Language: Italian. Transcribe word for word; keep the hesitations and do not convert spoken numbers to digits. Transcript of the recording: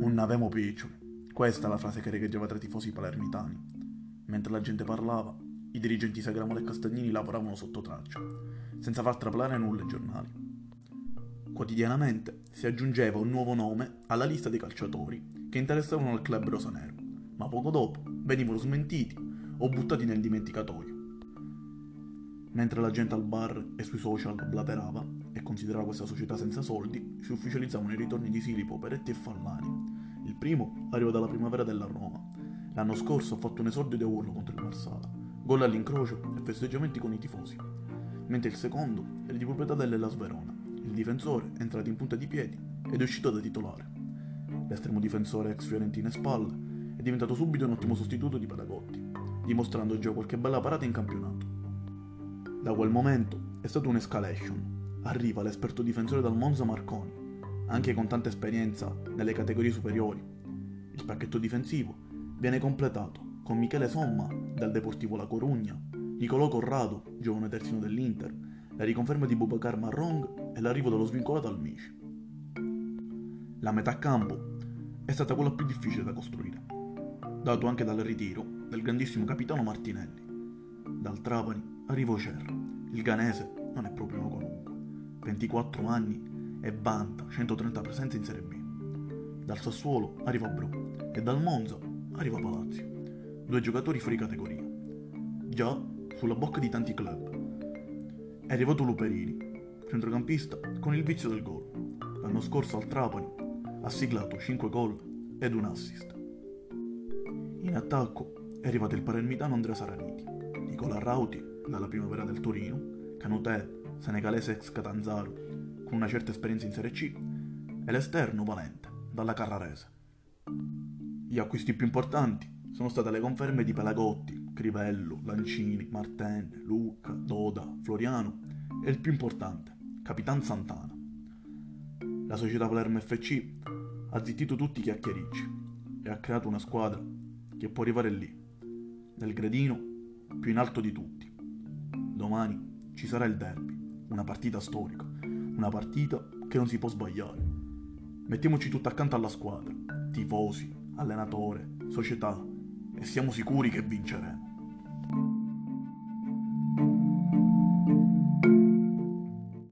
Non avemo piccioli. Questa è la frase che richiedeva tra i tifosi palermitani. Mentre la gente parlava, i dirigenti Sagramolo e Castagnini lavoravano sotto traccia, senza far trapelare nulla ai giornali. Quotidianamente si aggiungeva un nuovo nome alla lista dei calciatori che interessavano al club rosanero, ma poco dopo venivano smentiti o buttati nel dimenticatoio. Mentre la gente al bar e sui social blaterava e considerava questa società senza soldi, si ufficializzavano i ritorni di Silipo, Peretti e Fallani. Il primo arriva dalla primavera della Roma. L'anno scorso ha fatto un esordio di urlo contro il Marsala, gol all'incrocio e festeggiamenti con i tifosi. Mentre il secondo è di proprietà dell'Hellas Verona. Il difensore è entrato in punta di piedi ed è uscito da titolare. L'estremo difensore ex Fiorentina e spalle è diventato subito un ottimo sostituto di Pelagotti, dimostrando già qualche bella parata in campionato. Da quel momento è stata un'escalation. Arriva l'esperto difensore dal Monza Marconi, anche con tanta esperienza nelle categorie superiori. Il pacchetto difensivo viene completato con Michele Somma dal Deportivo La Corugna, Nicolò Corrado, giovane terzino dell'Inter, la riconferma di Boubacar Marrong e l'arrivo dello svincolato al Mici. La metà campo è stata quella più difficile da costruire, dato anche dal ritiro del grandissimo capitano Martinelli. Dal Trapani arrivò Cer. Il ghanese non è proprio uno qualunque, ventiquattro anni e vanta centotrenta presenze in Serie B. Dal Sassuolo arriva Bru e dal Monza arriva Palazzo, due giocatori fuori categoria, già sulla bocca di tanti club. È arrivato Luperini, centrocampista con il vizio del gol. L'anno scorso al Trapani ha siglato cinque gol ed un assist. In attacco è arrivato il palermitano Andrea Saraniti, Nicola Rauti dalla primavera del Torino, Canutè, senegalese ex Catanzaro con una certa esperienza in Serie C, e l'esterno Valente dalla Carrarese. Gli acquisti più importanti sono state le conferme di Pelagotti, Crivello, Lancini, Martin, Lucca, Doda, Floriano e il più importante, Capitan Santana. La società Palermo F C ha zittito tutti i chiacchiericci e ha creato una squadra che può arrivare lì, nel gradino più in alto di tutti. Domani ci sarà il derby, una partita storica, una partita che non si può sbagliare. Mettiamoci tutto accanto alla squadra, tifosi, allenatore, società, e siamo sicuri che vinceremo.